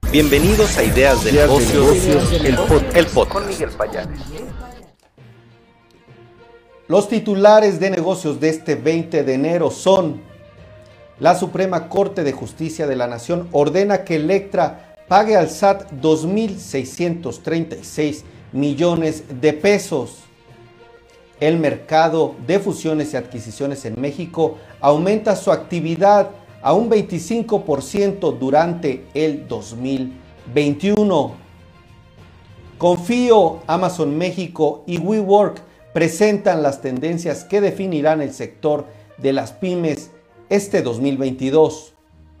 Bienvenidos a Ideas de Negocios, el podcast. Con Miguel Payares. Los titulares de negocios de este 20 de enero son: la Suprema Corte de Justicia de la Nación ordena que Electra pague al SAT 2.636 millones de pesos. El mercado de fusiones y adquisiciones en México aumenta su actividad a un 25% durante el 2021. Confío, Amazon México y WeWork presentan las tendencias que definirán el sector de las pymes este 2022.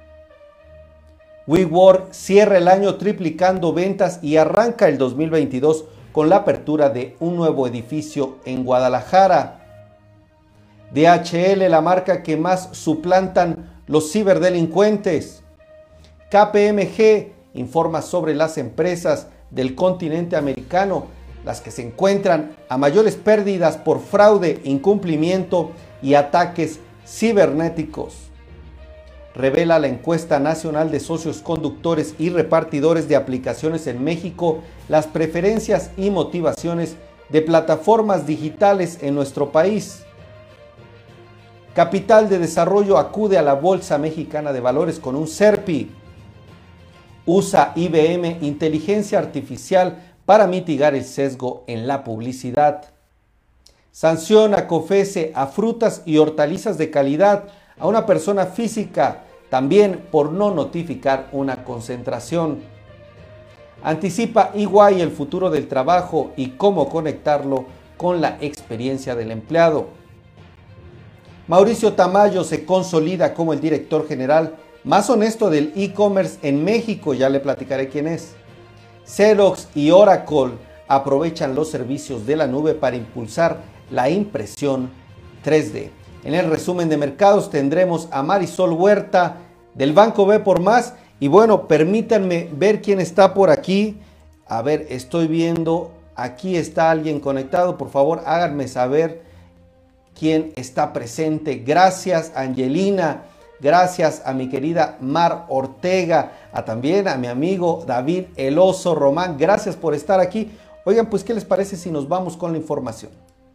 WeWork cierra el año triplicando ventas y arranca el 2022 con la apertura de un nuevo edificio en Guadalajara. DHL, la marca que más suplantan los ciberdelincuentes. KPMG informa sobre las empresas del continente americano, las que se encuentran a mayores pérdidas por fraude, incumplimiento y ataques cibernéticos. Revela la encuesta nacional de socios conductores y repartidores de aplicaciones en México las preferencias y motivaciones de plataformas digitales en nuestro país. Capital de Desarrollo acude a la Bolsa Mexicana de Valores con un SERPI. Usa IBM inteligencia artificial para mitigar el sesgo en la publicidad. Sanciona COFECE a frutas y hortalizas de calidad a una persona física, también por no notificar una concentración. Anticipa EY el futuro del trabajo y cómo conectarlo con la experiencia del empleado. Mauricio Tamayo se consolida como el director general más honesto del e-commerce en México, ya le platicaré quién es. Xerox y Oracle aprovechan los servicios de la nube para impulsar la impresión 3D. En el resumen de mercados tendremos a Marisol Huerta del Banco B por Más. Y bueno, permítanme ver quién está por aquí. A ver, estoy viendo, aquí está alguien conectado. Por favor, háganme saber quién está presente. Gracias, Angelina. Gracias a mi querida Mar Ortega. También a mi amigo David El Oso Román. Gracias por estar aquí. Oigan, pues, ¿qué les parece si nos vamos con la información?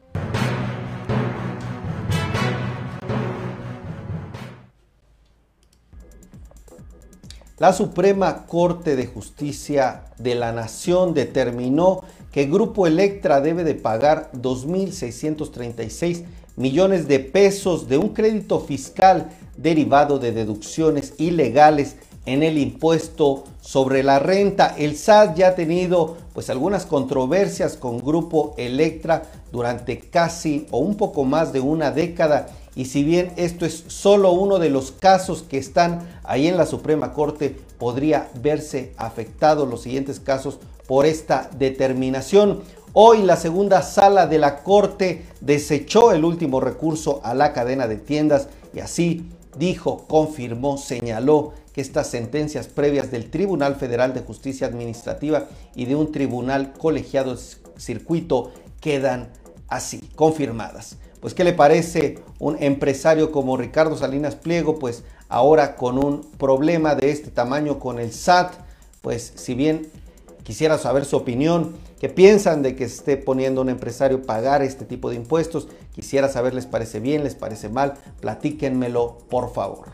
La Suprema Corte de Justicia de la Nación determinó que Grupo Electra debe de pagar 2.636 millones de pesos de un crédito fiscal derivado de deducciones ilegales en el impuesto sobre la renta. El SAT ya ha tenido pues algunas controversias con Grupo Electra durante casi o un poco más de una década. Y si bien esto es solo uno de los casos que están ahí en la Suprema Corte, podría verse afectados los siguientes casos por esta determinación. Hoy la segunda sala de la Corte desechó el último recurso a la cadena de tiendas y así dijo, confirmó, señaló que estas sentencias previas del Tribunal Federal de Justicia Administrativa y de un tribunal colegiado circuito quedan así, confirmadas. Pues, ¿qué le parece un empresario como Ricardo Salinas Pliego? Pues ahora con un problema de este tamaño con el SAT, pues si bien quisiera saber su opinión, ¿qué piensan de que se esté poniendo un empresario pagar este tipo de impuestos? Quisiera saber, ¿les parece bien, les parece mal? Platíquenmelo, por favor.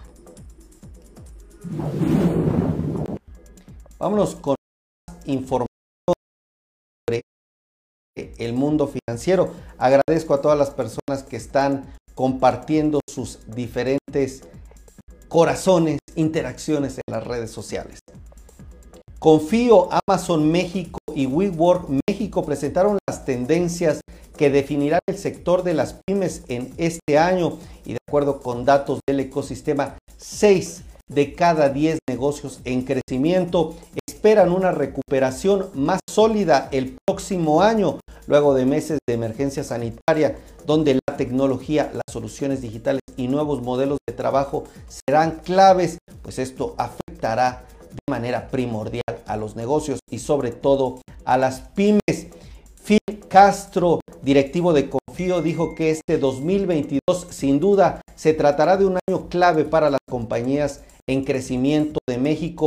Vámonos con información sobre el mundo financiero. Agradezco a todas las personas que están compartiendo sus diferentes corazones, interacciones en las redes sociales. Confío, Amazon México y WeWork México presentaron las tendencias que definirán el sector de las pymes en este año y de acuerdo con datos del ecosistema, 6 de cada 10 negocios en crecimiento esperan una recuperación más sólida el próximo año, luego de meses de emergencia sanitaria, donde la tecnología, las soluciones digitales y nuevos modelos de trabajo serán claves, pues esto afectará de manera primordial a los negocios y sobre todo a las pymes. Phil Castro, directivo de Confío, dijo que este 2022 sin duda se tratará de un año clave para las compañías en crecimiento de México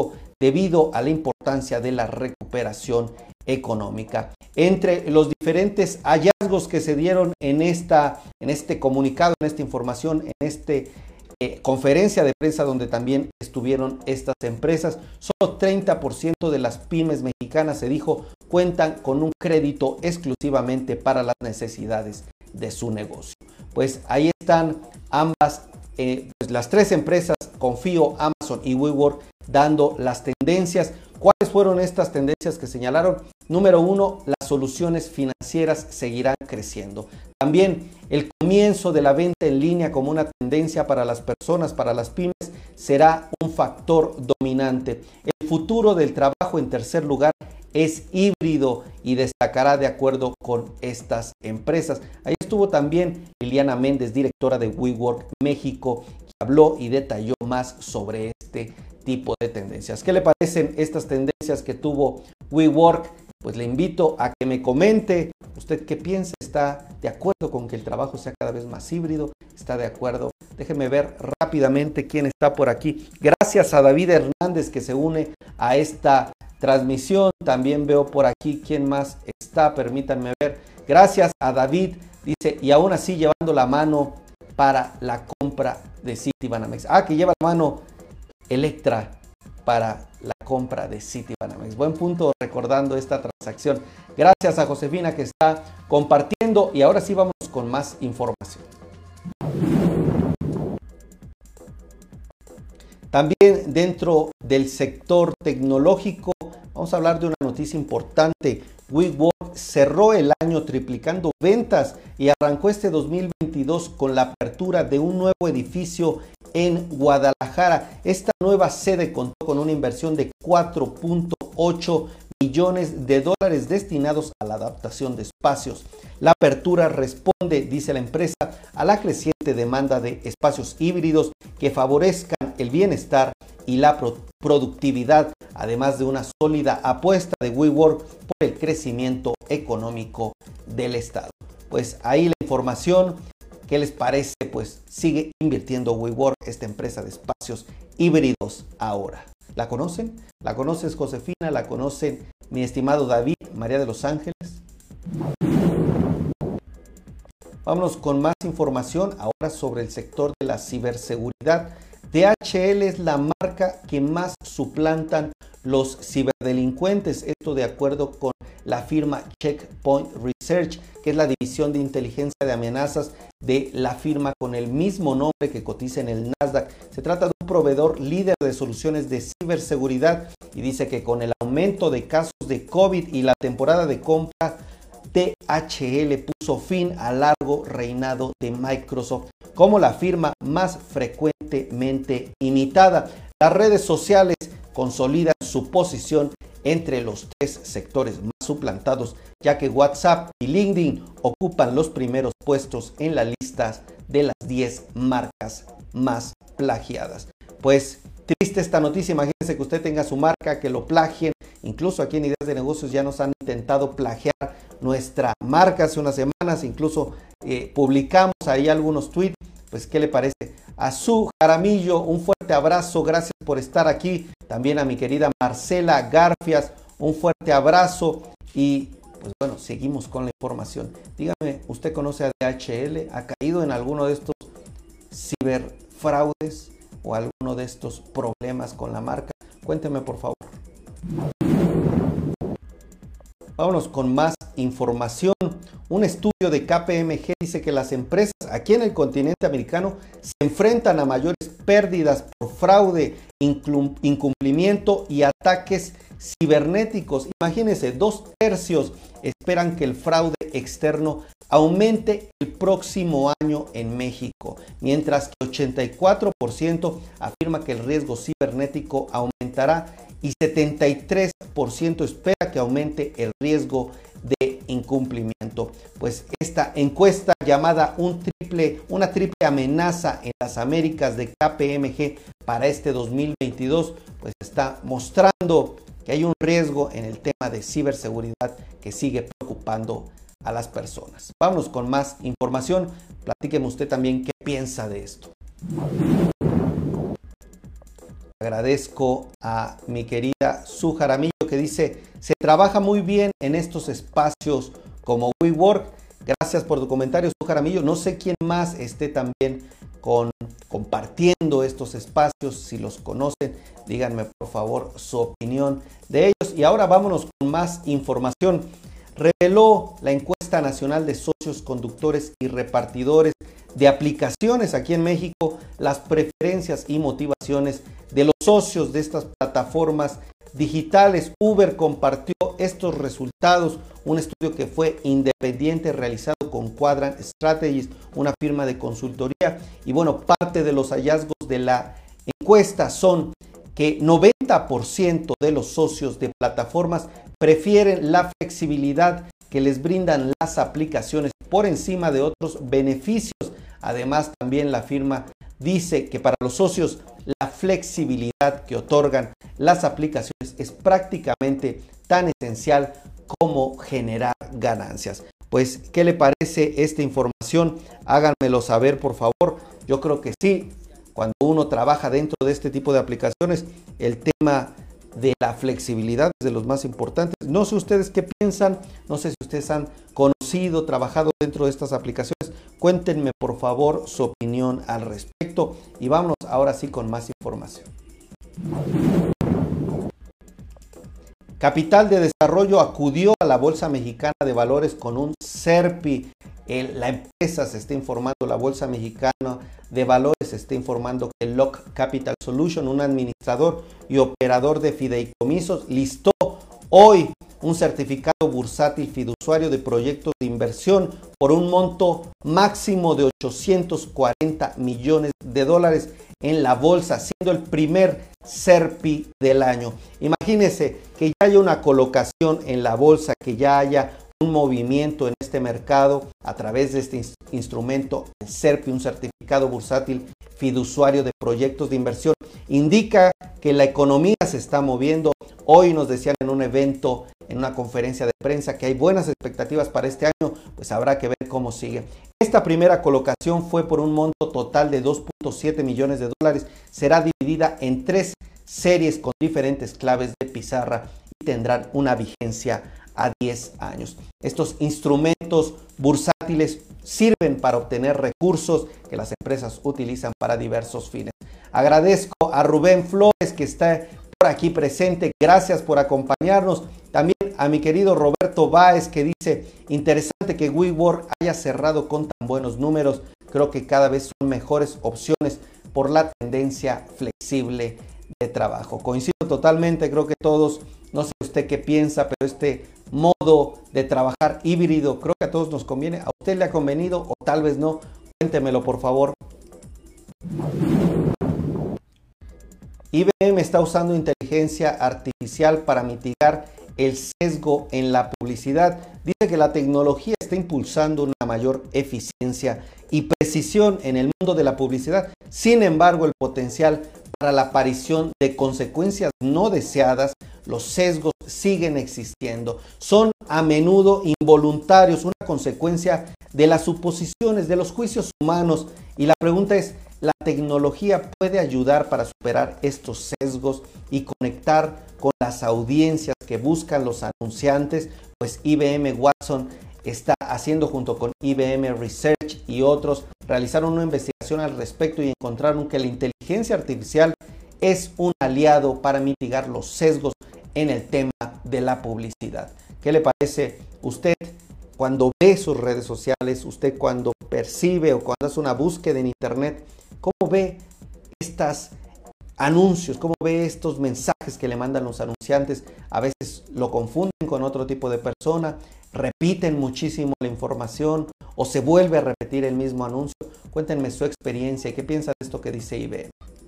debido a la importancia de la recuperación económica. Entre los diferentes hallazgos que se dieron en este comunicado, en esta información, en esta conferencia de prensa donde también estuvieron estas empresas, solo 30% de las pymes mexicanas, se dijo, cuentan con un crédito exclusivamente para las necesidades de su negocio. Pues ahí están ambas, pues las tres empresas, Confío, Amazon y WeWork, dando las tendencias. ¿Cuáles fueron estas tendencias que señalaron? Número uno, las soluciones financieras seguirán creciendo. También el comienzo de la venta en línea como una tendencia para las personas, para las pymes, será un factor dominante. El futuro del trabajo, en tercer lugar, es híbrido y destacará de acuerdo con estas empresas. Ahí estuvo también Liliana Méndez, directora de WeWork México, que habló y detalló más sobre este tipo de tendencias. ¿Qué le parecen estas tendencias que tuvo WeWork? Pues le invito a que me comente usted qué piensa. ¿Está de acuerdo con que el trabajo sea cada vez más híbrido? ¿Está de acuerdo? Déjeme ver rápidamente quién está por aquí. Gracias a David Hernández que se une a esta transmisión. También veo por aquí quién más está. Permítanme ver. Gracias a David. Dice, y aún así llevando la mano para la compra de Citibanamex. Que lleva la mano Electra para la compra de Citibanamex. Buen punto recordando esta transacción. Gracias a Josefina que está compartiendo y ahora sí vamos con más información. También dentro del sector tecnológico vamos a hablar de una noticia importante. WeWork cerró el año triplicando ventas y arrancó este 2022 con la apertura de un nuevo edificio en Guadalajara. Esta nueva sede contó con una inversión de 4.8 millones de dólares destinados a la adaptación de espacios. La apertura responde, dice la empresa, a la creciente demanda de espacios híbridos que favorezcan el bienestar y la productividad, además de una sólida apuesta de WeWork por el crecimiento económico del Estado. Pues ahí la información. ¿Qué les parece? Pues sigue invirtiendo WeWork, esta empresa de espacios híbridos ahora. ¿La conocen? ¿La conoces, Josefina? ¿La conocen, mi estimado David, María de los Ángeles? Vámonos con más información ahora sobre el sector de la ciberseguridad. DHL es la marca que más suplantan los ciberdelincuentes, esto de acuerdo con la firma Checkpoint Research, que es la división de inteligencia de amenazas de la firma con el mismo nombre que cotiza en el Nasdaq. Se trata de un proveedor líder de soluciones de ciberseguridad y dice que con el aumento de casos de COVID y la temporada de compra, DHL puso fin al largo reinado de Microsoft como la firma más frecuentemente imitada. Las redes sociales consolidan su posición entre los tres sectores más suplantados, ya que WhatsApp y LinkedIn ocupan los primeros puestos en las listas de las 10 marcas más plagiadas. Pues triste esta noticia, imagínense que usted tenga su marca, que lo plagien. Incluso aquí en Ideas de Negocios ya nos han intentado plagiar nuestra marca hace unas semanas, incluso publicamos ahí algunos tweets. Pues, ¿qué le parece? A Su Jaramillo, un fuerte abrazo, gracias por estar aquí. También a mi querida Marcela Garfias, un fuerte abrazo. Y pues bueno, seguimos con la información. Dígame, ¿usted conoce a DHL? ¿Ha caído en alguno de estos ciberfraudes o alguno de estos problemas con la marca? Cuénteme, por favor. Vámonos con más información. Un estudio de KPMG dice que las empresas aquí en el continente americano se enfrentan a mayores pérdidas por fraude, incumplimiento y ataques cibernéticos. Imagínense, 2/3 esperan que el fraude externo aumente el próximo año en México, mientras que 84% afirma que el riesgo cibernético aumentará y 73% espera que aumente el riesgo de incumplimiento. Pues esta encuesta llamada una triple amenaza en las Américas de KPMG para este 2022, pues está mostrando que hay un riesgo en el tema de ciberseguridad que sigue preocupando a las personas. Vámonos con más información. Platíqueme usted también qué piensa de esto. Agradezco a mi querida Su Jaramillo que dice, se trabaja muy bien en estos espacios como WeWork. Gracias por tu comentario, Su Jaramillo. No sé quién más esté también compartiendo estos espacios. Si los conocen, díganme por favor su opinión de ellos. Y ahora vámonos con más información. Reveló la encuesta nacional de socios, conductores y repartidores de aplicaciones aquí en México las preferencias y motivaciones de los socios de estas plataformas digitales. Uber compartió estos resultados, un estudio que fue independiente realizado con Quadrant Strategies, una firma de consultoría. Y bueno, parte de los hallazgos de la encuesta son que 90% de los socios de plataformas prefieren la flexibilidad que les brindan las aplicaciones por encima de otros beneficios. Además, también la firma dice que para los socios la flexibilidad que otorgan las aplicaciones es prácticamente tan esencial como generar ganancias. Pues, ¿qué le parece esta información? Háganmelo saber, por favor. Yo creo que sí, cuando uno trabaja dentro de este tipo de aplicaciones, el tema de la flexibilidad es de los más importantes. No sé ustedes qué piensan, no sé si ustedes han conocido, trabajado dentro de estas aplicaciones. Cuéntenme por favor su opinión al respecto y vámonos ahora sí con más información. Capital de Desarrollo acudió a la Bolsa Mexicana de Valores con un SERPI. La empresa se está informando, la Bolsa Mexicana de Valores se está informando que Lock Capital Solution, un administrador y operador de fideicomisos, listó hoy un certificado bursátil fiduciario de proyectos de inversión por un monto máximo de 840 millones de dólares en la bolsa, siendo el primer SERPI del año. Imagínense que ya haya una colocación en la bolsa, que ya haya un movimiento en este mercado a través de este instrumento, el SERPI, un certificado bursátil fiduciario de proyectos de inversión, indica que la economía se está moviendo. Hoy nos decían en un evento, en una conferencia de prensa, que hay buenas expectativas para este año, pues habrá que ver cómo sigue. Esta primera colocación fue por un monto total de 2.7 millones de dólares. Será dividida en 3 series con diferentes claves de pizarra y tendrán una vigencia a 10 años. Estos instrumentos bursátiles sirven para obtener recursos que las empresas utilizan para diversos fines. Agradezco a Rubén Flores que está por aquí presente. Gracias por acompañarnos. También a mi querido Roberto Báez que dice, interesante que WeWork haya cerrado con tan buenos números. Creo que cada vez son mejores opciones por la tendencia flexible de trabajo. Coincido totalmente, creo que todos, no sé usted qué piensa, pero este modo de trabajar híbrido creo que a todos nos conviene. ¿A usted le ha convenido o tal vez no? Cuéntemelo por favor. IBM está usando inteligencia artificial para mitigar el sesgo en la publicidad. Dice que la tecnología está impulsando una mayor eficiencia y precisión en el mundo de la publicidad. Sin embargo, el potencial para la aparición de consecuencias no deseadas, los sesgos siguen existiendo. Son a menudo involuntarios, una consecuencia de las suposiciones, de los juicios humanos. Y la pregunta es, ¿la tecnología puede ayudar para superar estos sesgos y conectar con las audiencias que buscan los anunciantes? Pues IBM Watson está haciendo, junto con IBM Research y otros, realizaron una investigación al respecto y encontraron que la inteligencia artificial es un aliado para mitigar los sesgos en el tema de la publicidad. ¿Qué le parece usted cuando ve sus redes sociales, usted cuando percibe o cuando hace una búsqueda en internet? ¿Cómo ve estos anuncios? ¿Cómo ve estos mensajes que le mandan los anunciantes? A veces lo confunden con otro tipo de persona, repiten muchísimo la información o se vuelve a repetir el mismo anuncio. Cuéntenme su experiencia y qué piensa de esto que dice IBM.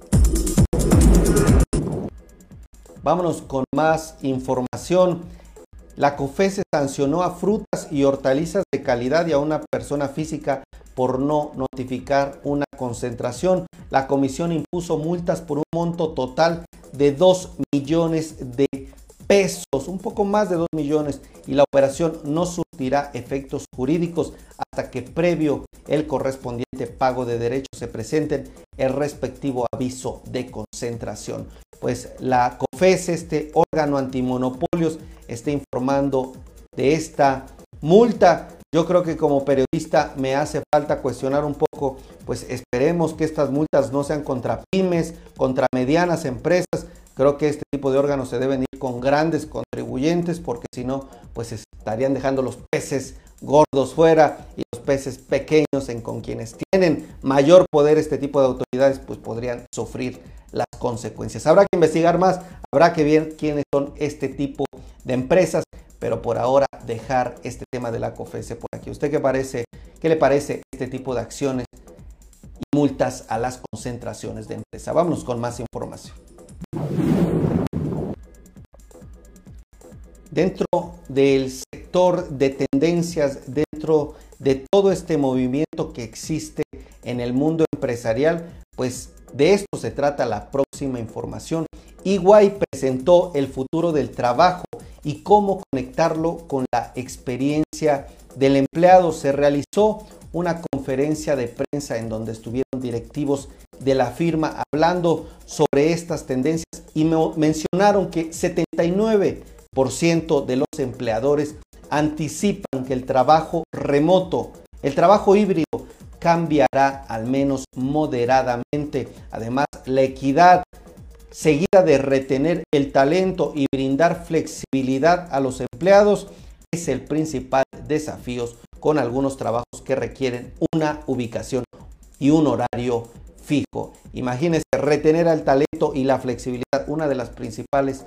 Vámonos con más información. La COFECE sancionó a frutas y hortalizas de calidad y a una persona física por no notificar una concentración. La comisión impuso multas por un monto total de 2 millones de pesos, un poco más de 2 millones, y la operación no surtirá efectos jurídicos hasta que previo el correspondiente pago de derechos se presenten el respectivo aviso de concentración. pues la COFECE, este órgano antimonopolios, esté informando de esta multa. Yo creo que como periodista me hace falta cuestionar un poco, pues esperemos que estas multas no sean contra pymes, contra medianas empresas. Creo que este tipo de órganos se deben ir con grandes contribuyentes, porque si no, pues estarían dejando los peces gordos fuera y los peces pequeños con quienes tienen mayor poder este tipo de autoridades, pues podrían sufrir las consecuencias. Habrá que investigar más, habrá que ver quiénes son este tipo de empresas, pero por ahora dejar este tema de la COFECE por aquí. ¿Usted qué le parece este tipo de acciones y multas a las concentraciones de empresa? Vámonos con más información. Dentro del sector de tendencias, dentro de todo este movimiento que existe en el mundo empresarial, pues de esto se trata la próxima información. EY presentó el futuro del trabajo y cómo conectarlo con la experiencia del empleado. Se realizó una conferencia de prensa en donde estuvieron directivos de la firma hablando sobre estas tendencias y mencionaron que 79% de los empleadores anticipan que el trabajo remoto, el trabajo híbrido, cambiará al menos moderadamente. Además, la equidad seguida de retener el talento y brindar flexibilidad a los empleados es el principal desafío con algunos trabajos que requieren una ubicación y un horario fijo. Imagínense, retener al talento y la flexibilidad, uno de los principales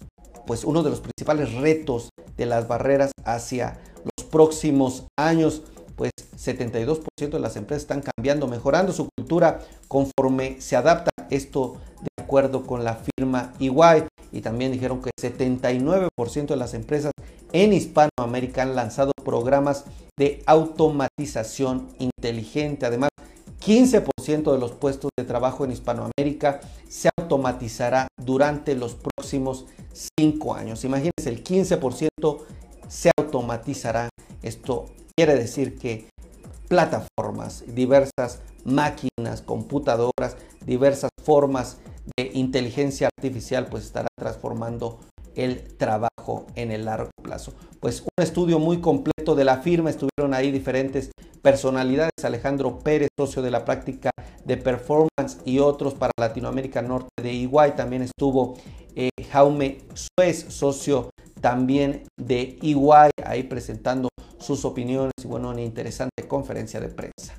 retos de las barreras hacia los próximos años. Pues 72% de las empresas están cambiando, mejorando su cultura conforme se adapta esto de acuerdo con la firma EY. Y también dijeron que 79% de las empresas en Hispanoamérica han lanzado programas de automatización inteligente. Además, 15% de los puestos de trabajo en Hispanoamérica se automatizará durante los próximos 5 años. Imagínense, el 15% se automatizará. Esto quiere decir que plataformas, diversas máquinas, computadoras, diversas formas de inteligencia artificial, pues estará transformando el trabajo en el largo plazo. Pues un estudio muy completo de la firma, estuvieron ahí diferentes personalidades, Alejandro Pérez, socio de la práctica de performance, y otros para Latinoamérica Norte de EY. También estuvo Jaume Suez, socio también de EY, ahí presentando sus opiniones y bueno, una interesante conferencia de prensa.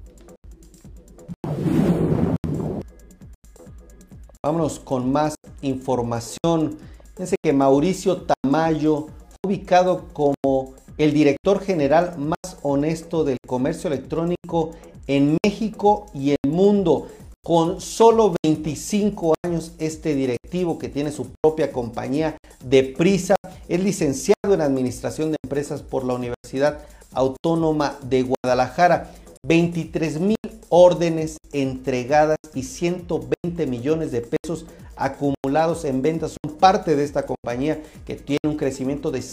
Vámonos con más información. Fíjense que Mauricio Tamayo fue ubicado como el director general más honesto del comercio electrónico en México y el mundo. Con solo 25 años, este directivo, que tiene su propia compañía de Prisa, es licenciado en Administración de Empresas por la Universidad Autónoma de Guadalajara. 23,000 órdenes entregadas y 120 millones de pesos acumulados en ventas son parte de esta compañía, que tiene un crecimiento de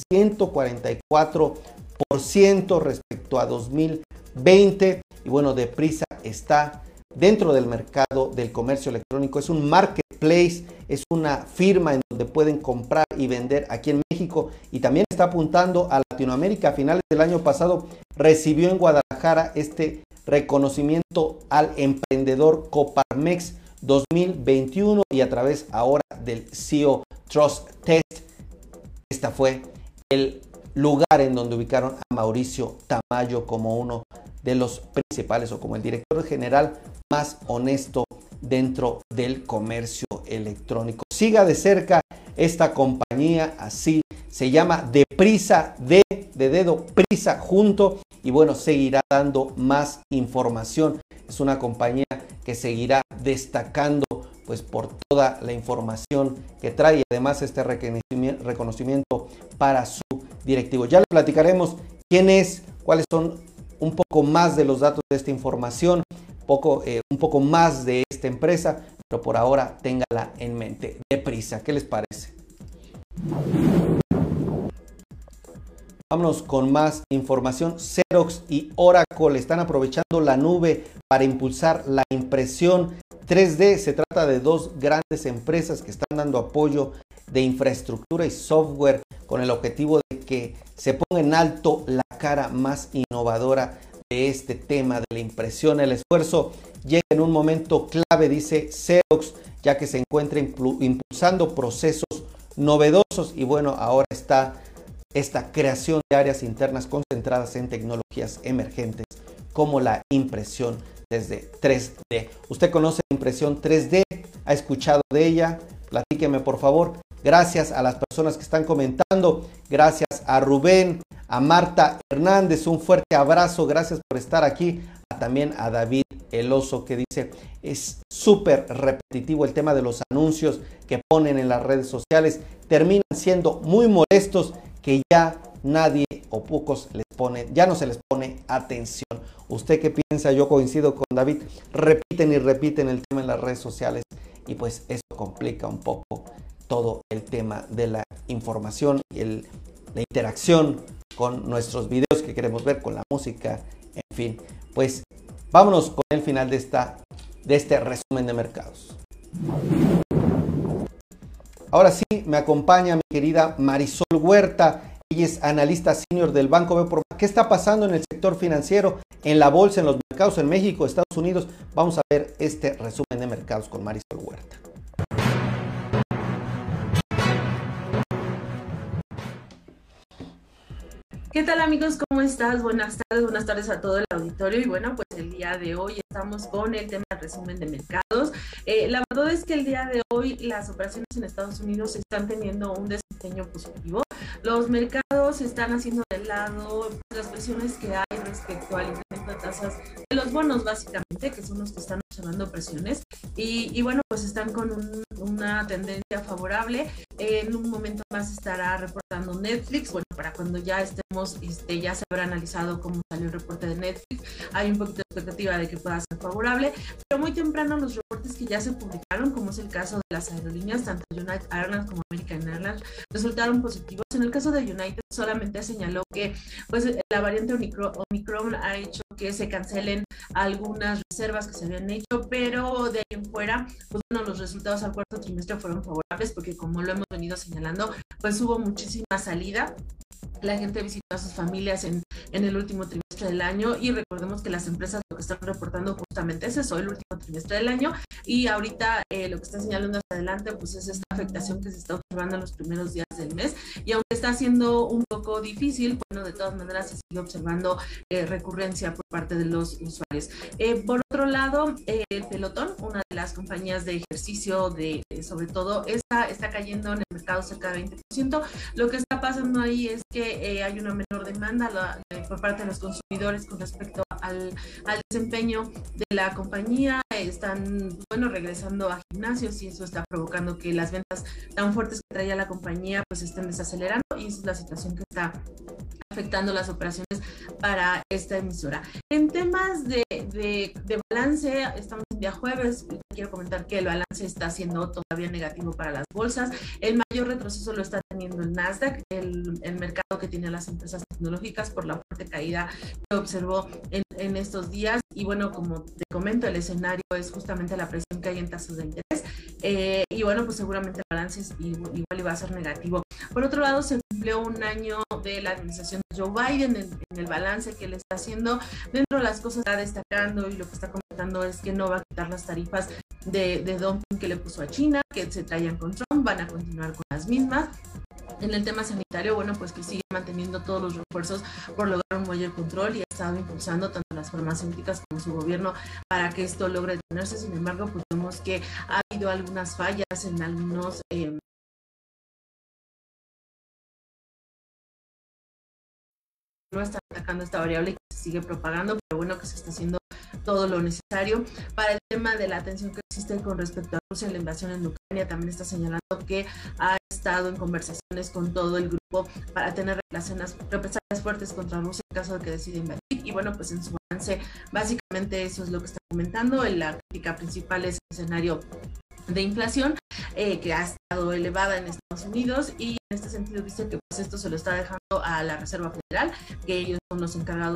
144% respecto a 2020. Y bueno, Deprisa está dentro del mercado del comercio electrónico, es un marketplace, es una firma en donde pueden comprar y vender aquí en México, y también está apuntando a Latinoamérica. A finales del año pasado recibió en Guadalajara este reconocimiento al emprendedor Coparmex 2021 y a través ahora del CEO Trust Test, esta fue el lugar en donde ubicaron a Mauricio Tamayo como uno de los principales, o como el director general más honesto dentro del comercio electrónico. Siga de cerca esta compañía, así se llama Deprisa, de dedo, Prisa junto, y bueno, seguirá dando más información. Es una compañía que seguirá destacando pues por toda la información que trae, y además este reconocimiento para su directivo. Ya le platicaremos quién es, cuáles son un poco más de los datos de esta información, un poco más de esta empresa, pero por ahora téngala en mente. Deprisa, ¿qué les parece? Vámonos con más información. Xerox y Oracle están aprovechando la nube para impulsar la impresión 3D se trata de dos grandes empresas que están dando apoyo de infraestructura y software con el objetivo de que se ponga en alto la cara más innovadora de este tema de la impresión. El esfuerzo llega en un momento clave, dice Xerox, ya que se encuentra impulsando procesos novedosos y bueno, ahora está esta creación de áreas internas concentradas en tecnologías emergentes como la impresión desde 3D. ¿Usted conoce la impresión 3D? ¿Ha escuchado de ella? Platíqueme por favor. Gracias a las personas que están comentando. Gracias a Rubén, a Marta Hernández, un fuerte abrazo. Gracias por estar aquí. También a David El Oso, que dice, es súper repetitivo el tema de los anuncios que ponen en las redes sociales. Terminan siendo muy molestos que ya nadie o pocos les ponen, ya no se les pone atención. ¿Usted qué piensa? Yo coincido con David. Repiten y repiten el tema en las redes sociales y pues eso complica un poco todo el tema de la información y la interacción con nuestros videos que queremos ver, con la música, en fin. Pues vámonos con el final de este resumen de mercados. Ahora sí, me acompaña mi querida Marisol Huerta. Ella es analista senior del Banco B por Más. ¿Qué está pasando en el sector financiero, en la bolsa, en los mercados en México, Estados Unidos? Vamos a ver este resumen de mercados con Marisol Huerta. ¿Qué tal amigos? ¿Cómo estás? Buenas tardes a todo el auditorio y bueno, pues el día de hoy estamos con el tema del resumen de mercados. La verdad es que el día de hoy las operaciones en Estados Unidos están teniendo un desempeño positivo. Los mercados están haciendo de lado las presiones que hay respecto al incremento de tasas de los bonos básicamente, que son los que están observando presiones y bueno, pues están con una tendencia favorable. En un momento más estará reportando Netflix. Bueno, para cuando ya estemos, ya se habrá analizado cómo salió el reporte de Netflix. Hay un poquito de expectativa de que pueda ser favorable, pero muy temprano los reportes que ya se publicaron, como es el caso de las aerolíneas, tanto United Airlines como American Airlines, resultaron positivos. En el caso de United solamente señaló que pues la variante Omicron ha hecho que se cancelen algunas reservas que se habían hecho, pero de ahí en fuera, pues bueno, los resultados al cuarto trimestre fueron favorables porque como lo hemos venido señalando, pues hubo muchísima salida. La gente visitó a sus familias en el último trimestre del año y recordemos que las empresas lo que están reportando justamente es eso, el último trimestre del año y ahorita lo que está señalando hasta adelante pues es esta afectación que se está observando en los primeros días del mes y aunque está siendo un poco difícil, bueno, de todas maneras se sigue observando recurrencia por parte de los usuarios. Por otro lado, el Pelotón, una de las compañías de ejercicio sobre todo, está cayendo en el mercado cerca de 20%. Lo que está pasando ahí es que hay una menor demanda por parte de los consumidores con respecto al desempeño de la compañía. Están, bueno, regresando a gimnasios y eso está provocando que las ventas tan fuertes que traía la compañía pues estén desacelerando y esa es la situación que está afectando las operaciones para esta emisora. En temas de balance, estamos en día jueves, quiero comentar que el balance está siendo todavía negativo para las bolsas. El mayor retroceso lo está teniendo el Nasdaq, el mercado que tiene las empresas tecnológicas por la fuerte caída que observó en estos días y bueno, como te comento, el escenario es justamente la presión que hay en tasas de interés y bueno, pues seguramente el balance igual iba a ser negativo. Por otro lado, se cumplió un año de la administración de Joe Biden en el balance que le está haciendo. Dentro de las cosas que está destacando y lo que está comentando es que no va a quitar las tarifas de dumping que le puso a China, que se traían con Trump, van a continuar con las mismas. En el tema sanitario, bueno, pues que sigue manteniendo todos los refuerzos por lograr un mayor control y ha estado impulsando tanto las farmacéuticas como su gobierno para que esto logre detenerse. Sin embargo, pues vemos que ha habido algunas fallas en algunos no están atacando esta variable y que se sigue propagando, pero bueno, que se está haciendo todo lo necesario. Para el tema de la tensión que existe con respecto a Rusia en la invasión en Ucrania, también está señalando que ha estado en conversaciones con todo el grupo para tener represalias fuertes contra Rusia en caso de que decida invadir. Y bueno, pues en su balance, básicamente eso es lo que está comentando. La crítica principal es el escenario de inflación que ha estado elevada en Estados Unidos y en este sentido dice que pues esto se lo está dejando a la Reserva Federal, que ellos son los encargados de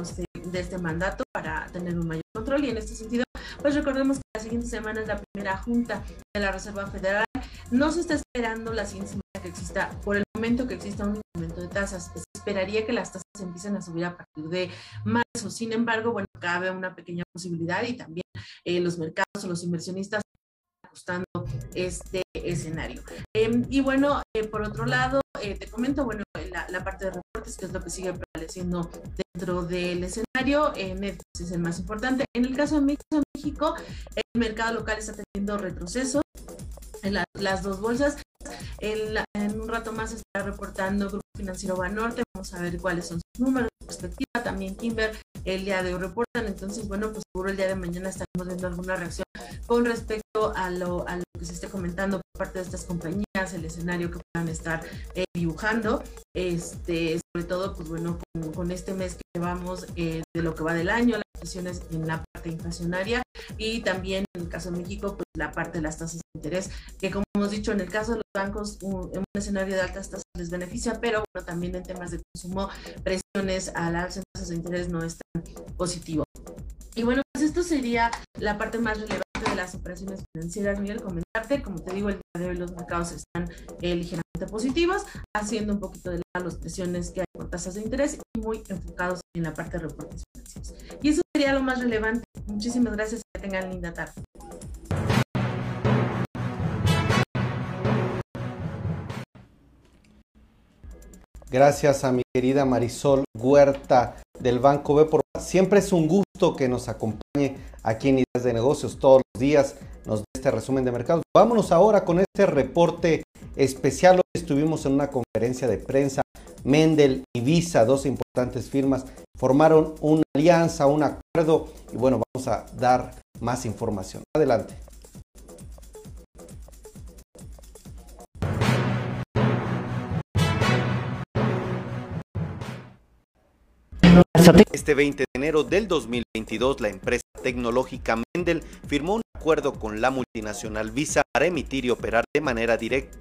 este mandato para tener un mayor control. Y en este sentido, pues recordemos que la siguiente semana es la primera junta de la Reserva Federal. No se está esperando la siguiente semana que exista, por el momento que exista un incremento de tasas. Se esperaría que las tasas empiecen a subir a partir de marzo. Sin embargo, bueno, cabe una pequeña posibilidad y también los mercados o los inversionistas están ajustando este escenario. Y bueno, por otro lado, te comento, bueno, la parte de reportes, que es lo que sigue prevaleciendo dentro del escenario. Netflix es el más importante. En el caso de México, el mercado local está teniendo retrocesos en las dos bolsas. En un rato más estará reportando Grupo Financiero Banorte. Vamos a ver cuáles son sus números, su perspectiva. También Kimber el día de hoy reportan. Entonces, bueno, pues seguro el día de mañana estaremos viendo alguna reacción con respecto a lo que se esté comentando por parte de estas compañías, el escenario que puedan estar dibujando, sobre todo, pues bueno, con este mes que llevamos de lo que va del año, las presiones en la parte inflacionaria y también en el caso de México, pues la parte de las tasas de interés, que como hemos dicho, en el caso de los bancos, en un escenario de altas tasas les beneficia, pero bueno, también en temas de consumo, presiones a las altas tasas de interés no es tan positivo. Y bueno, pues esto sería la parte más relevante de las operaciones financieras. Miguel, comentarte, como te digo, el día de hoy los mercados están ligeramente positivos, haciendo un poquito de lado las presiones que hay por tasas de interés y muy enfocados en la parte de reportes financieros. Y eso sería lo más relevante. Muchísimas gracias, que tengan linda tarde. Gracias a mi querida Marisol Huerta del Banco B por más. Siempre es un gusto que nos acompañe aquí en Ideas de Negocios todos los días, nos dé este resumen de mercados. Vámonos ahora con este reporte especial. Hoy estuvimos en una conferencia de prensa. Mendel y Visa, dos importantes firmas, formaron una alianza, un acuerdo y bueno, vamos a dar más información. Adelante. Este 20 de enero del 2022, la empresa tecnológica Mendel firmó un acuerdo con la multinacional Visa para emitir y operar de manera directa.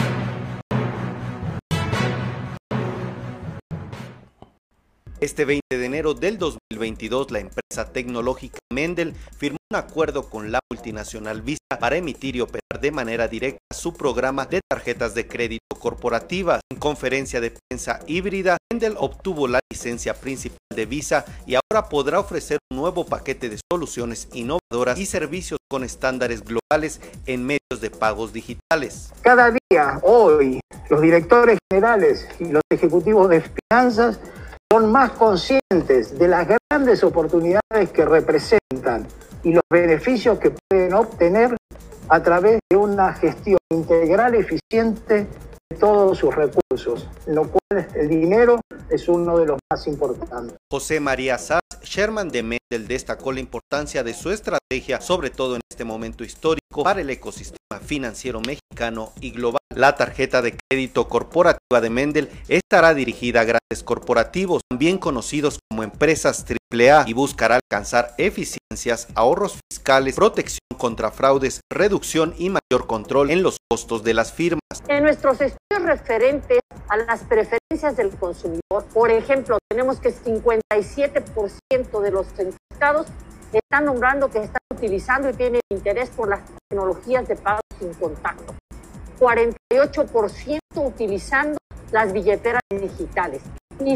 Este 20 de enero del 2022, la empresa tecnológica Mendel firmó un acuerdo con la multinacional Visa para emitir y operar de manera directa su programa de tarjetas de crédito corporativas. En conferencia de prensa híbrida, Mendel obtuvo la licencia principal de Visa y ahora podrá ofrecer un nuevo paquete de soluciones innovadoras y servicios con estándares globales en medios de pagos digitales. Cada día, hoy, los directores generales y los ejecutivos de finanzas son más conscientes de las grandes oportunidades que representan y los beneficios que pueden obtener a través de una gestión integral, eficiente de todos sus recursos, en lo cual el dinero es uno de los más importantes. José María Saz, Sherman de Mendel, destacó la importancia de su estrategia, sobre todo en este momento histórico, para el ecosistema financiero mexicano y global. La tarjeta de crédito corporativa de Mendel estará dirigida a grandes corporativos, también conocidos como empresas AAA, y buscará alcanzar eficiencias, ahorros fiscales, protección contra fraudes, reducción y mayor control en los costos de las firmas. En nuestros estudios referentes a las preferencias del consumidor, por ejemplo, tenemos que 57% de los encuestados están nombrando que están utilizando y tienen interés por las tecnologías de pago sin contacto. 48% utilizando las billeteras digitales y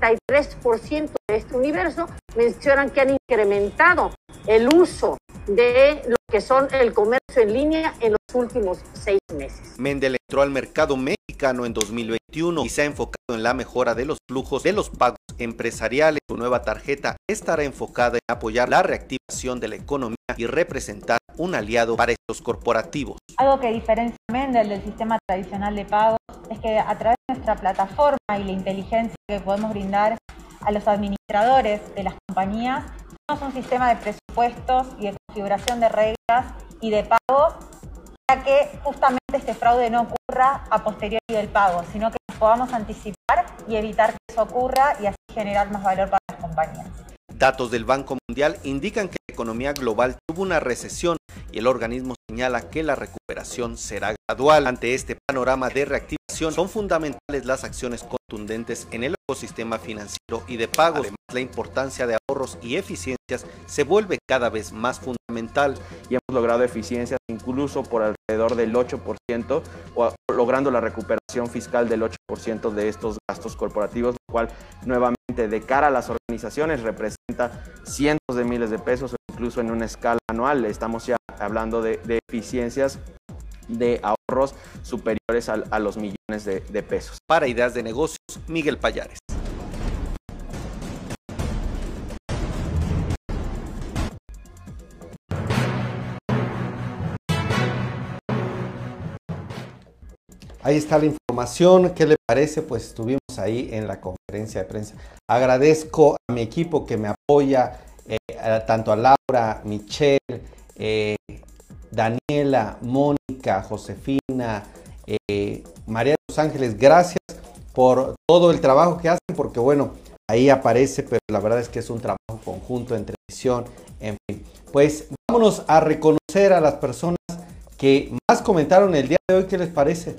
63% de este universo mencionan que han incrementado el uso de lo que son el comercio en línea en los últimos 6 meses. Mendel entró al mercado mexicano en 2021 y se ha enfocado en la mejora de los flujos de los pagos empresariales. Su nueva tarjeta estará enfocada en apoyar la reactivación de la economía y representar un aliado para estos corporativos. Algo que diferencia a Mendel del sistema tradicional de pagos es que a través de nuestra plataforma y la inteligencia que podemos brindar a los administradores de las compañías, tenemos un sistema de presupuestos y de configuración de reglas y de pagos para que justamente este fraude no ocurra a posteriori del pago, sino que nos podamos anticipar y evitar que eso ocurra y así generar más valor para las compañías. Datos del Banco Mundial indican que la economía global tuvo una recesión y el organismo señala que la recuperación será gradual. Ante este panorama de reactivación, son fundamentales las acciones contundentes en el ecosistema financiero y de pagos. Además, la importancia de ahorros y eficiencias se vuelve cada vez más fundamental. Y hemos logrado eficiencias incluso por alrededor del 8%, o logrando la recuperación fiscal del 8% de estos gastos corporativos, lo cual nuevamente de cara a las organizaciones representa cientos de miles de pesos, o incluso en una escala anual estamos ya hablando de eficiencias, de ahorros superiores a los millones de pesos. Para Ideas de Negocios, Miguel Payares. Ahí está la información. ¿Qué le parece? Pues estuvimos ahí en la conferencia de prensa. Agradezco a mi equipo que me apoya, tanto a Laura, Michelle, Daniela, Mónica, Josefina, María de los Ángeles. Gracias por todo el trabajo que hacen, porque bueno, ahí aparece, pero la verdad es que es un trabajo conjunto entre edición, en fin. Pues vámonos a reconocer a las personas que más comentaron el día de hoy. ¿Qué les parece?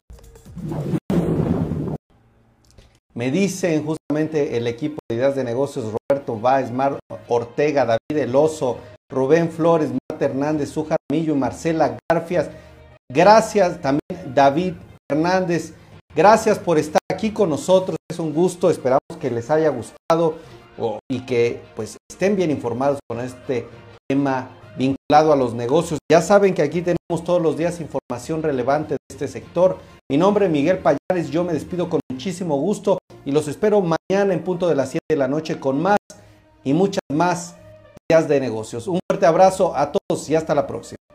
Me dicen justamente el equipo de Ideas de Negocios: Roberto Báez, Mar Ortega, David El Oso, Rubén Flores, Marta Hernández, Suja Ramillo y Marcela Garfias. Gracias también, David Hernández. Gracias por estar aquí con nosotros. Es un gusto. Esperamos que les haya gustado y que pues estén bien informados con este tema vinculado a los negocios. Ya saben que aquí tenemos todos los días información relevante de este sector. Mi nombre es Miguel Payares, yo me despido con muchísimo gusto y los espero mañana en punto de las 7 de la noche con más y muchas más ideas de negocios. Un fuerte abrazo a todos y hasta la próxima.